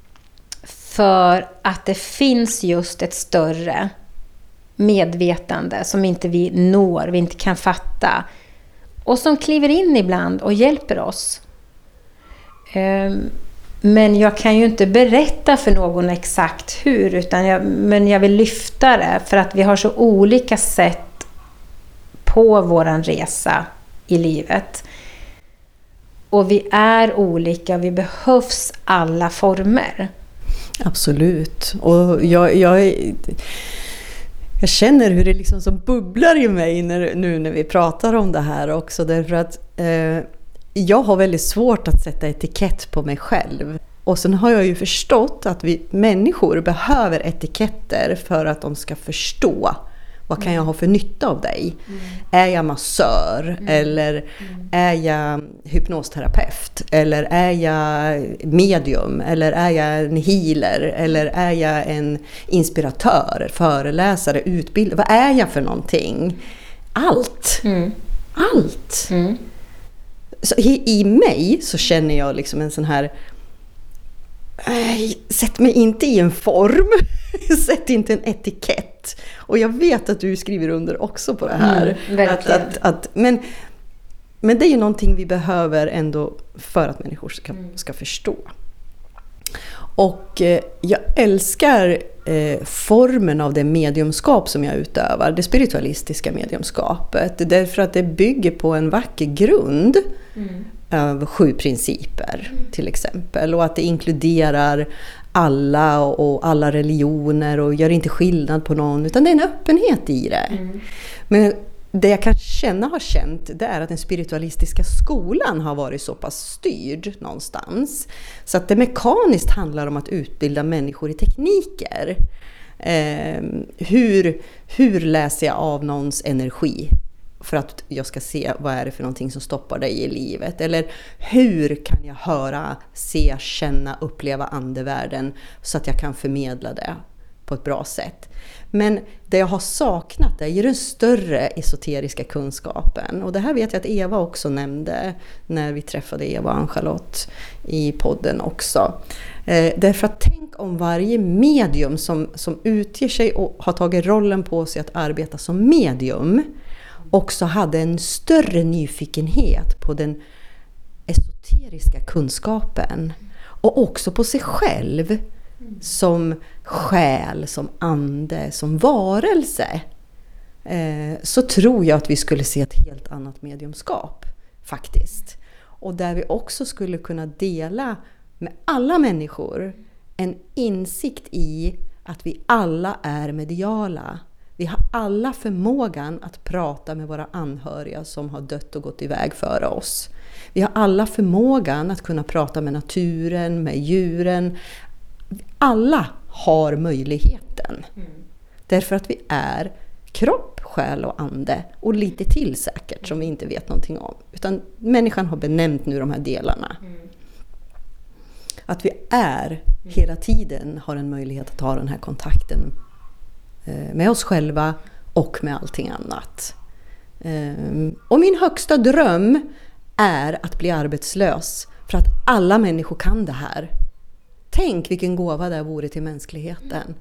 för att det finns just ett större medvetande som inte vi når, vi inte kan fatta, och som kliver in ibland och hjälper oss. Men jag kan ju inte berätta för någon exakt hur, utan jag, men jag vill lyfta det för att vi har så olika sätt på våran resa i livet. Och vi är olika, vi behövs alla former. Absolut. Och jag, jag, jag känner hur det liksom som bubblar i mig när, nu när vi pratar om det här också. Därför att eh, jag har väldigt svårt att sätta etikett på mig själv. Och sen har jag ju förstått att vi människor behöver etiketter för att de ska förstå. Vad kan jag ha för nytta av dig? Mm. Är jag massör? Mm. Eller mm. är jag hypnosterapeut? Eller är jag medium? Eller är jag en healer? Eller är jag en inspiratör, föreläsare, utbildare? Vad är jag för någonting? Allt! Mm. Allt! Mm. Så i, i mig så känner jag liksom en sån här... Sätt mig inte i en form. Sätt inte en etikett. Och jag vet att du skriver under också på det här. Mm, att, att, att, men, men det är ju någonting vi behöver ändå för att människor ska, mm. ska förstå. Och eh, jag älskar eh, formen av det mediumskap som jag utövar. Det spiritualistiska mediumskapet. Därför att det bygger på en vacker grund. Mm. Av sju principer till exempel, och att det inkluderar alla och alla religioner och gör inte skillnad på någon, utan det är en öppenhet i det. Mm. Men det jag kan känna har känt, det är att den spiritualistiska skolan har varit så pass styrd någonstans så att det mekaniskt handlar om att utbilda människor i tekniker. Eh, hur, hur läser jag av någons energi? För att jag ska se vad är det för någonting som stoppar dig i livet. Eller hur kan jag höra, se, känna, uppleva andevärlden så att jag kan förmedla det på ett bra sätt. Men det jag har saknat är ju den större esoteriska kunskapen. Och det här vet jag att Eva också nämnde när vi träffade Eva och Ann-Charlotte i podden också. Eh, därför att tänk om varje medium som, som utger sig och har tagit rollen på sig att arbeta som medium också hade en större nyfikenhet på den esoteriska kunskapen och också på sig själv som själ, som ande, som varelse, eh, så tror jag att vi skulle se ett helt annat mediumskap faktiskt. Och där vi också skulle kunna dela med alla människor en insikt i att vi alla är mediala. Vi har alla förmågan att prata med våra anhöriga som har dött och gått iväg före oss. Vi har alla förmågan att kunna prata med naturen, med djuren. Alla har möjligheten. Mm. Därför att vi är kropp, själ och ande. Och lite till säkert som vi inte vet någonting om. Utan människan har benämnt nu de här delarna. Mm. Att vi är hela tiden har en möjlighet att ha den här kontakten med oss själva och med allting annat. Och min högsta dröm är att bli arbetslös för att alla människor kan det här. Tänk vilken gåva det vore till mänskligheten.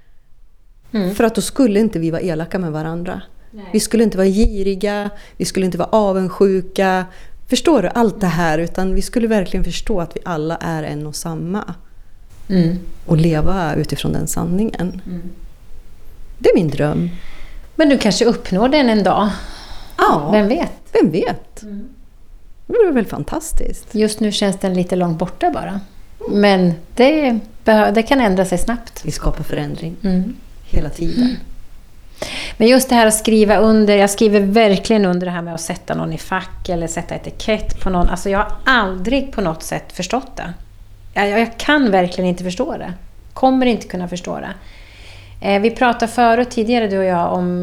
Mm. För att då skulle inte vi vara elaka med varandra. Nej. Vi skulle inte vara giriga, vi skulle inte vara avundsjuka. Förstår du allt det här? Utan vi skulle verkligen förstå att vi alla är en och samma. Mm. Och leva utifrån den sanningen. Mm. Det är min dröm. Men du kanske uppnår den en dag? Ja. Vem vet? Vem vet? Mm. Det är väl fantastiskt. Just nu känns den lite långt borta bara. Men det, det kan ändra sig snabbt. Vi skapar förändring. Mm. Hela tiden. Mm. Men just det här att skriva under. Jag skriver verkligen under det här med att sätta någon i fack. Eller sätta etikett på någon. Alltså jag har aldrig på något sätt förstått det. Jag, jag kan verkligen inte förstå det. Kommer inte kunna förstå det. Vi pratade förut tidigare du och jag om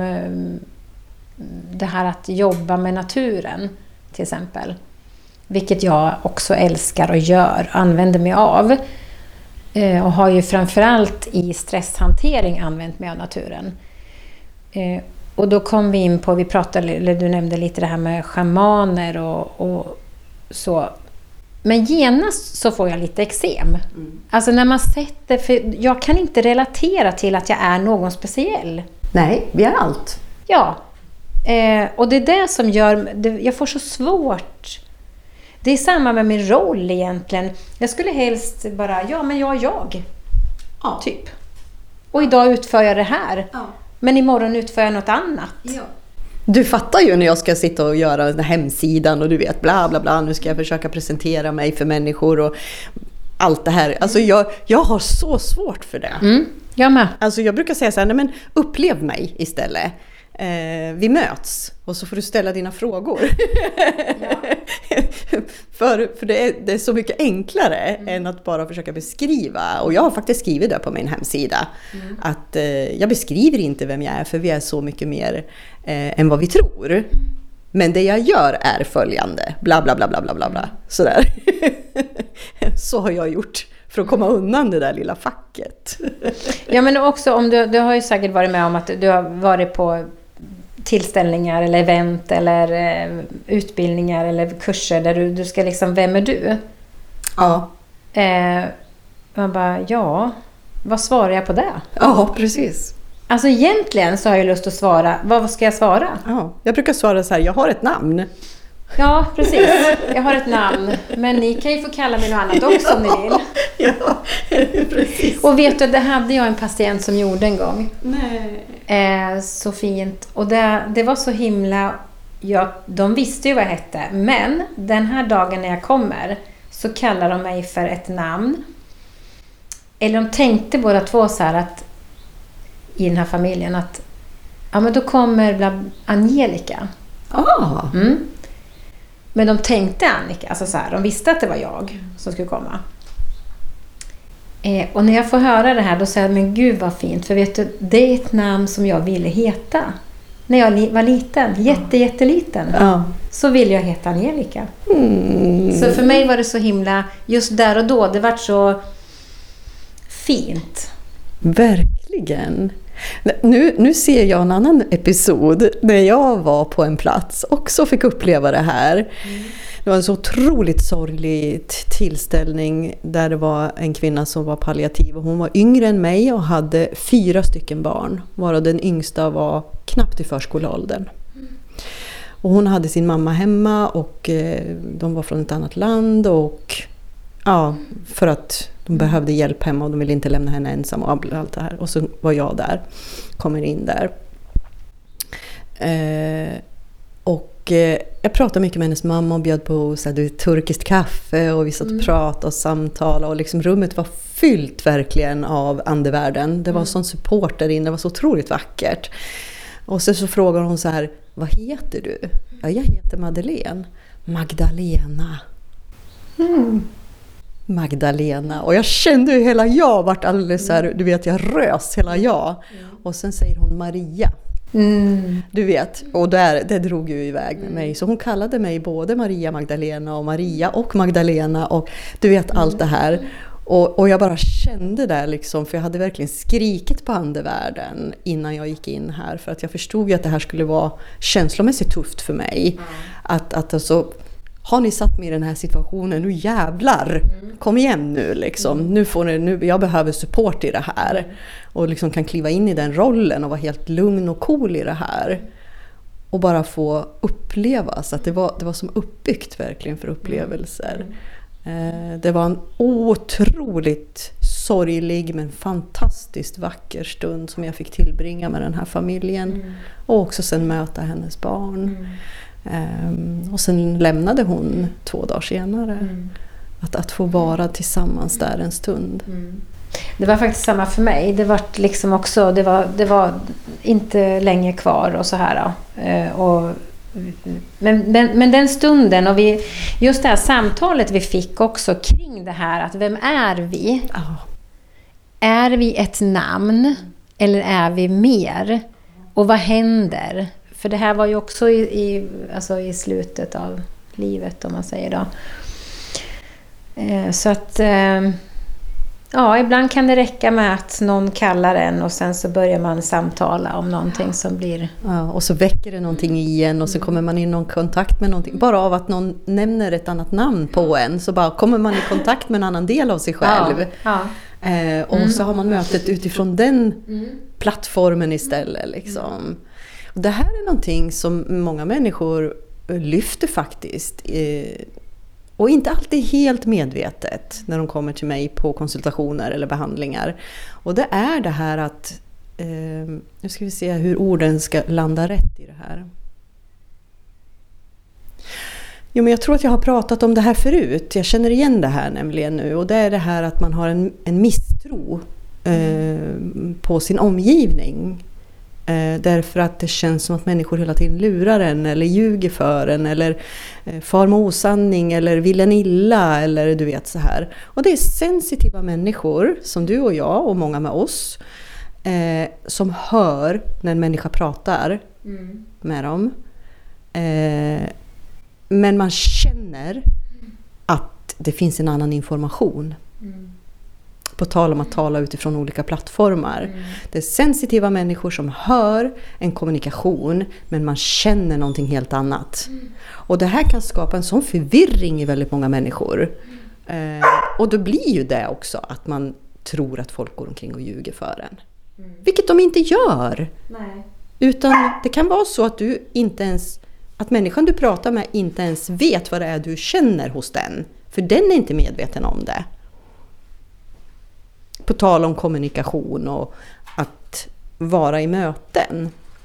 det här att jobba med naturen till exempel. Vilket jag också älskar och gör, använder mig av. Och har ju framförallt i stresshantering använt mig av naturen. Och då kom vi in på, vi pratade, eller du nämnde lite det här med schamaner och, och så. Men genast så får jag lite eksem. Mm. Alltså när man sätter, för jag kan inte relatera till att jag är någon speciell. Nej, vi är allt. Ja, eh, och det är det som gör, det, jag får så svårt. Det är samma med min roll egentligen. Jag skulle helst bara, ja men jag är jag. Ja. Typ. Och idag utför jag det här. Ja. Men imorgon utför jag något annat. Ja. Du fattar ju när jag ska sitta och göra den här hemsidan och du vet bla bla bla. Nu ska jag försöka presentera mig för människor och allt det här. Alltså jag, jag har så svårt för det. Mm, jag med. Alltså jag brukar säga så här, nej men upplev mig istället. Eh, vi möts och så får du ställa dina frågor. Ja. för för det, är, det är så mycket enklare mm. än att bara försöka beskriva. Och jag har faktiskt skrivit det på min hemsida. Mm. Att eh, jag beskriver inte vem jag är för vi är så mycket mer eh, än vad vi tror. Mm. Men det jag gör är följande. Bla bla bla bla bla bla. Sådär. Så har jag gjort. För att komma undan det där lilla facket. Ja men också om du, du har ju säkert varit med om att du har varit på tillställningar eller event eller eh, utbildningar eller kurser där du, du ska liksom, vem är du? Ja. Eh, man bara, ja, vad svarar jag på det? Ja, precis. Alltså egentligen så har jag lust att svara, vad ska jag svara? Ja, jag brukar svara så här, jag har ett namn. Ja, precis. Jag har ett namn. Men ni kan ju få kalla mig något annat också ja, om ni vill. Ja, precis. Och vet du, det hade jag en patient som gjorde en gång. Nej. Eh, så fint. Och det, det var så himla... Ja, de visste ju vad jag hette. Men den här dagen när jag kommer så kallar de mig för ett namn. Eller de tänkte båda två så här att i den här familjen att ja, men då kommer bland Angelica. Ah. Mm. Men de tänkte Annika, alltså så här, de visste att det var jag som skulle komma. Eh, och när jag får höra det här då säger jag, men gud vad fint, för vet du, det är ett namn som jag ville heta. När jag li- var liten, jätte, jätteliten, ja. Så ville jag heta Angelica. Mm. Så för mig var det så himla, just där och då, det var så fint. Verkligen. Nu, nu ser jag en annan episod när jag var på en plats och också fick uppleva det här. Mm. Det var en så otroligt sorglig tillställning där det var en kvinna som var palliativ och hon var yngre än mig och hade fyra stycken barn, varav den yngsta var knappt i förskoleåldern. Mm. Och hon hade sin mamma hemma och eh, de var från ett annat land och ja, för att de behövde hjälp hemma och de ville inte lämna henne ensam och allt det här. Och så var jag där, kommer in där. Eh, och Och eh, jag pratade mycket med hennes mamma och bjöd på så här, du, turkiskt kaffe och vi satt och mm. pratade och samtalade och liksom rummet var fyllt verkligen av andevärlden. Det var mm. sån support där inne, det var så otroligt vackert. Och så, så frågar hon så här, vad heter du? Ja, jag heter Madeleine. Magdalena. Mm. Magdalena. Och jag kände ju hela jag vart alldeles så här, du vet, jag rös hela jag. Mm. Och sen säger hon Maria. Mm. Du vet, och där, det drog ju iväg med mig. Så hon kallade mig både Maria Magdalena och Maria och Magdalena och du vet allt det här. Och, och jag bara kände där liksom, för jag hade verkligen skrikit på andevärlden innan jag gick in här. För att jag förstod ju att det här skulle vara känslomässigt tufft för mig. Mm. Att, att alltså, har ni satt mig i den här situationen, nu jävlar, mm. kom igen nu liksom. Mm. Nu får ni, nu, jag behöver support i det här. Mm. Och liksom kan kliva in i den rollen och vara helt lugn och cool i det här. Och bara få uppleva. Så att det var, det var som uppbyggt verkligen för upplevelser. Mm. Det var en otroligt sorglig men fantastiskt vacker stund som jag fick tillbringa med den här familjen. Mm. Och också sen möta hennes barn. Mm. Och sen lämnade hon två dagar senare. Mm. Att, att få vara tillsammans där en stund. Mm. Det var faktiskt samma för mig. Det var liksom också, det var, det var inte länge kvar och så här. Och Men, men, men den stunden och vi, just det här samtalet vi fick också kring det här att vem är vi? Oh. Är vi ett namn eller är vi mer? Och vad händer? För det här var ju också i, i, alltså i slutet av livet om man säger då. Eh, så att eh, ja, ibland kan det räcka med att någon kallar en och sen så börjar man samtala om någonting som blir... Ja, och så väcker det någonting igen och så kommer man i någon kontakt med någonting. Bara av att någon nämner ett annat namn på en så bara kommer man i kontakt med en annan del av sig själv. Ja, ja. Eh, och mm. så har man mötet utifrån den mm. plattformen istället. Liksom. Och det här är någonting som många människor lyfter faktiskt... Eh, Och inte alltid helt medvetet när de kommer till mig på konsultationer eller behandlingar. Och det är det här att, eh, nu ska vi se hur orden ska landa rätt i det här. Jo, men jag tror att jag har pratat om det här förut. Jag känner igen det här nämligen nu. Och det är det här att man har en, en misstro eh, på sin omgivning. Eh, därför att det känns som att människor hela tiden lurar en eller ljuger för en eller eh, far med osanning eller vill en illa eller du vet så här. Och det är sensitiva människor som du och jag och många med oss eh, som hör när en människa pratar mm. med dem. Eh, men man känner att det finns en annan information. Mm. På tal om att tala utifrån olika plattformar. Mm. Det är sensitiva människor som hör en kommunikation men man känner någonting helt annat. Mm. Och det här kan skapa en sån förvirring i väldigt många människor. Mm. Eh, och då blir ju det också att man tror att folk går omkring och ljuger för en. Mm. Vilket de inte gör. Nej. Utan det kan vara så att du inte ens, att människan du pratar med inte ens vet vad det är du känner hos den. För den är inte medveten om det. På tal om kommunikation och att vara i möten.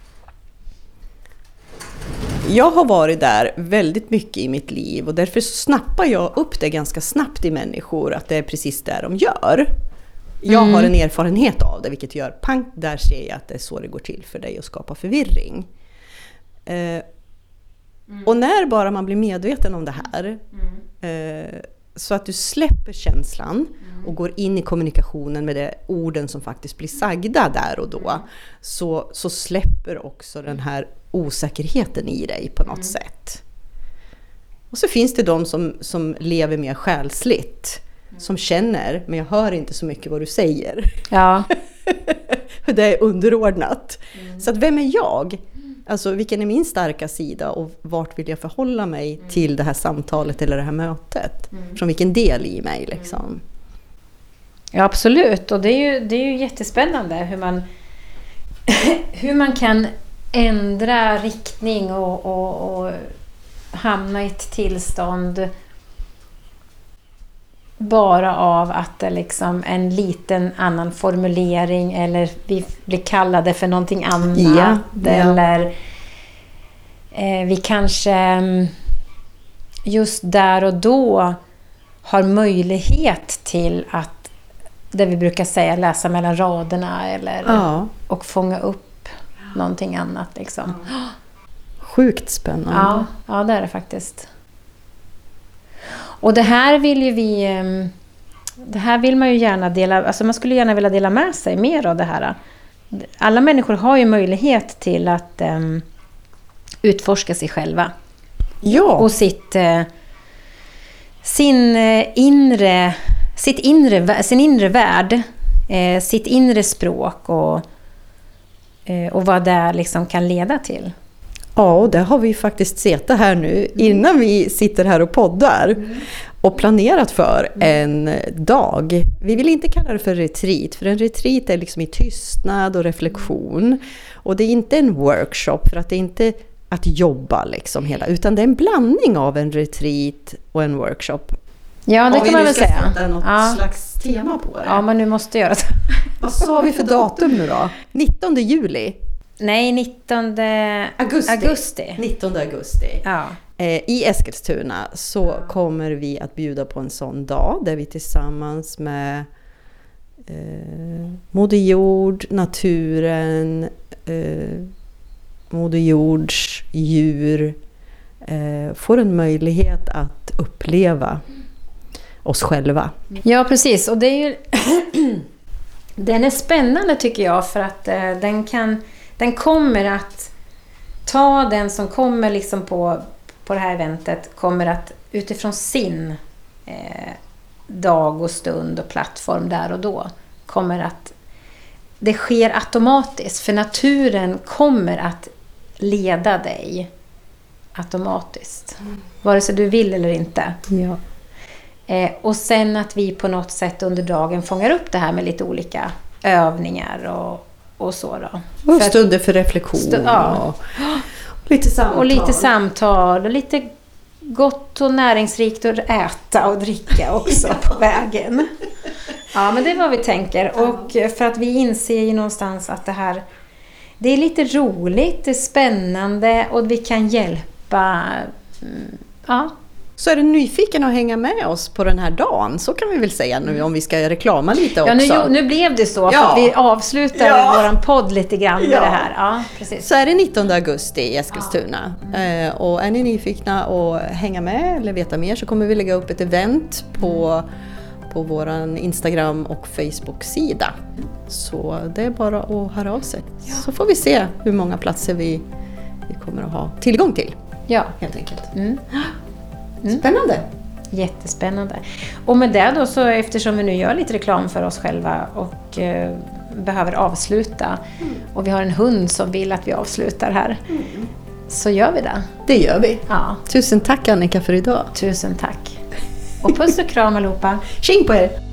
Jag har varit där väldigt mycket i mitt liv och därför snappar jag upp det ganska snabbt i människor att det är precis det de gör. Jag mm. har en erfarenhet av det vilket gör pang, där ser jag att det är så det går till för dig att skapa förvirring. Eh, mm. Och när bara man blir medveten om det här mm. eh, så att du släpper känslan mm. och går in i kommunikationen med de orden som faktiskt blir sagda där och då. Mm. Så, så släpper också den här osäkerheten i dig på något mm. sätt. Och så finns det de som, som lever mer själsligt. Mm. Som känner, men jag hör inte så mycket vad du säger. Ja. Det är underordnat. Mm. Så att vem är jag? Alltså vilken är min starka sida och vart vill jag förhålla mig mm. till det här samtalet eller det här mötet? Mm. Från vilken del i mig liksom? Ja, absolut. Och det är ju, det är ju jättespännande hur man, hur man kan ändra riktning och, och, och hamna i ett tillstånd bara av att det liksom en liten annan formulering eller vi blir kallade för någonting annat ja, ja. eller eh, vi kanske just där och då har möjlighet till att, det vi brukar säga, läsa mellan raderna eller, ja. och fånga upp någonting annat. Liksom. Ja. Sjukt spännande. Ja, ja, det är det faktiskt. Och det här vill ju vi... Det här vill man ju gärna dela... Alltså man skulle gärna vilja dela med sig mer av det här. Alla människor har ju möjlighet till att um, utforska sig själva. Ja. Och sitt... Uh, sin inre... Sitt inre, sin inre värld. Eh, sitt inre språk och, eh, och vad det liksom kan leda till. Ja, och det har vi faktiskt sett det här nu innan vi sitter här och poddar mm. och planerat för en dag. Vi vill inte kalla det för retreat, för en retreat är liksom i tystnad och reflektion. Och det är inte en workshop, för att det är inte att jobba liksom hela, utan det är en blandning av en retreat och en workshop. Ja, det kan man väl säga. Om vi nu ska sätta något ja. slags tema på det. Ja, men nu måste göra det. Vad sa vi för datum nu då? nittonde juli? Nej, nittonde augusti. augusti. nittonde augusti. Ja. I Eskilstuna så kommer vi att bjuda på en sån dag där vi tillsammans med eh, Moder Jord, naturen, eh, Moder Jords djur eh, får en möjlighet att uppleva oss själva. Ja, precis. Och det är ju den är spännande tycker jag, för att eh, den kan den kommer att ta den som kommer liksom på på det här eventet, kommer att utifrån sin eh, dag och stund och plattform där och då kommer att det sker automatiskt, för naturen kommer att leda dig automatiskt. Mm. Vare sig du vill eller inte. Ja. Eh, och sen att vi på något sätt under dagen fångar upp det här med lite olika övningar och, och så då. Och för stunder för reflektion. Stu- ja. och, och lite samtal. Och lite samtal och lite gott och näringsrikt att äta och dricka också på vägen. Ja, men det är vad vi tänker. Och för att vi inser ju någonstans att det här, det är lite roligt, det är spännande och vi kan hjälpa. Ja. Så är du nyfiken att hänga med oss på den här dagen, så kan vi väl säga nu om vi ska reklama lite också. Ja, nu, nu blev det så, för ja. att vi avslutar ja. våran podd lite grann med ja. det här. Ja, precis. Så är det nittonde augusti i Eskilstuna. Ja. Mm. Eh, och är ni nyfikna och hänga med eller veta mer, så kommer vi lägga upp ett event på, på våran Instagram och Facebook-sida. Så det är bara att höra av sig. Ja. Så får vi se hur många platser vi, vi kommer att ha tillgång till. Ja. Helt enkelt. Mm. Mm. Spännande. Jättespännande. Och med det då, så eftersom vi nu gör lite reklam för oss själva och eh, behöver avsluta mm. och vi har en hund som vill att vi avslutar här mm. så gör vi det. Det gör vi. Ja. Tusen tack Annika för idag. Tusen tack. Och puss och kram allihopa. Tjing på er.